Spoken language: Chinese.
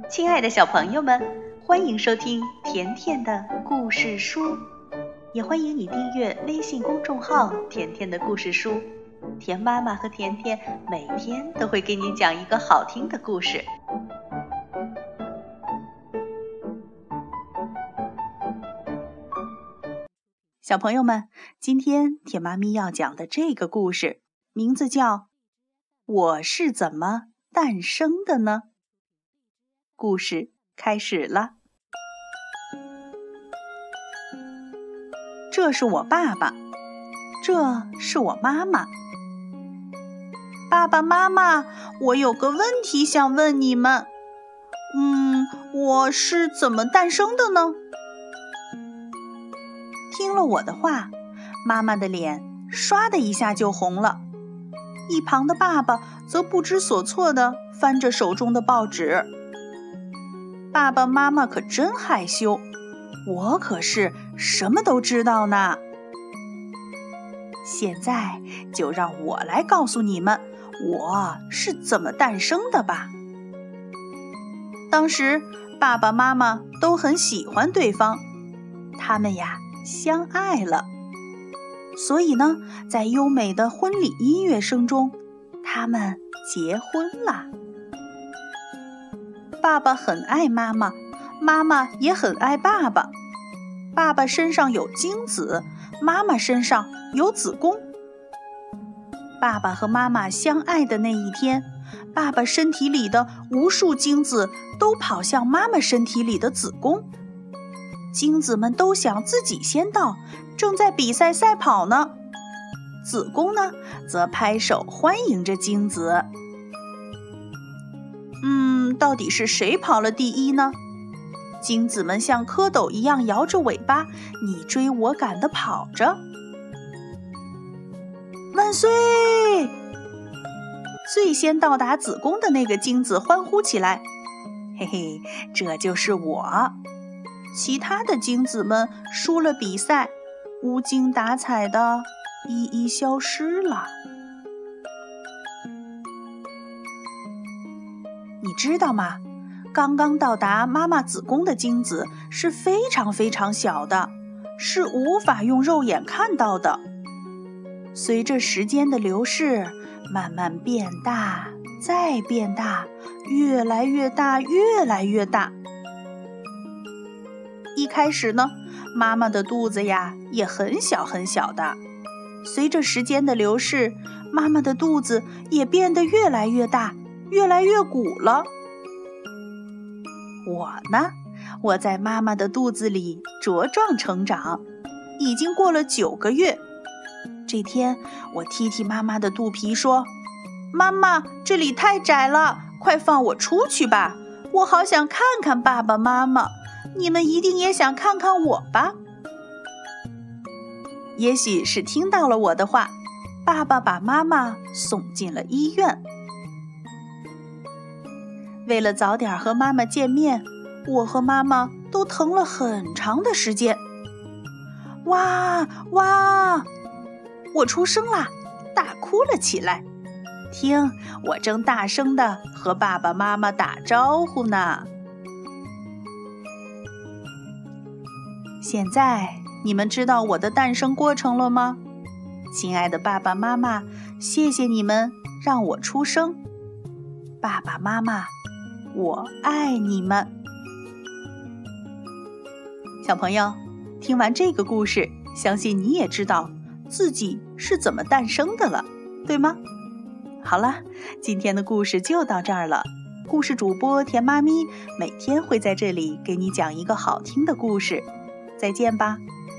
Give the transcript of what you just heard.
亲爱的小朋友们，欢迎收听甜甜的故事书，也欢迎你订阅微信公众号甜甜的故事书。甜妈妈和甜甜每天都会给你讲一个好听的故事。小朋友们，今天甜妈咪要讲的这个故事名字叫《我是怎么诞生的呢》。故事开始了。这是我爸爸，这是我妈妈。爸爸妈妈，我有个问题想问你们。我是怎么诞生的呢？听了我的话，妈妈的脸唰的一下就红了，一旁的爸爸则不知所措地翻着手中的报纸。爸爸妈妈可真害羞，我可是什么都知道呢。现在就让我来告诉你们，我是怎么诞生的吧。当时爸爸妈妈都很喜欢对方，他们呀相爱了，所以呢，在优美的婚礼音乐声中，他们结婚了。爸爸很爱妈妈，妈妈也很爱爸爸。爸爸身上有精子，妈妈身上有子宫。爸爸和妈妈相爱的那一天，爸爸身体里的无数精子都跑向妈妈身体里的子宫。精子们都想自己先到，正在比赛赛跑呢。子宫呢，则拍手欢迎着精子。到底是谁跑了第一呢？精子们像蝌蚪一样摇着尾巴，你追我赶地跑着。万岁！最先到达子宫的那个精子欢呼起来，嘿嘿，这就是我。其他的精子们输了比赛，无精打采的一一消失了。你知道吗？刚刚到达妈妈子宫的精子是非常非常小的，是无法用肉眼看到的。随着时间的流逝，慢慢变大，再变大，越来越大，越来越大。一开始呢，妈妈的肚子呀也很小很小的。随着时间的流逝，妈妈的肚子也变得越来越大，越来越鼓了。我呢，我在妈妈的肚子里茁壮成长，已经过了9个月。这天，我踢踢妈妈的肚皮说：“妈妈，这里太窄了，快放我出去吧！我好想看看爸爸妈妈，你们一定也想看看我吧？”也许是听到了我的话，爸爸把妈妈送进了医院。为了早点和妈妈见面，我和妈妈都疼了很长的时间。哇哇！我出生啦，大哭了起来。听，我正大声地和爸爸妈妈打招呼呢。现在你们知道我的诞生过程了吗？亲爱的爸爸妈妈，谢谢你们让我出生。爸爸妈妈，我爱你们。小朋友，听完这个故事，相信你也知道自己是怎么诞生的了，对吗？好了，今天的故事就到这儿了。故事主播甜妈咪每天会在这里给你讲一个好听的故事。再见吧。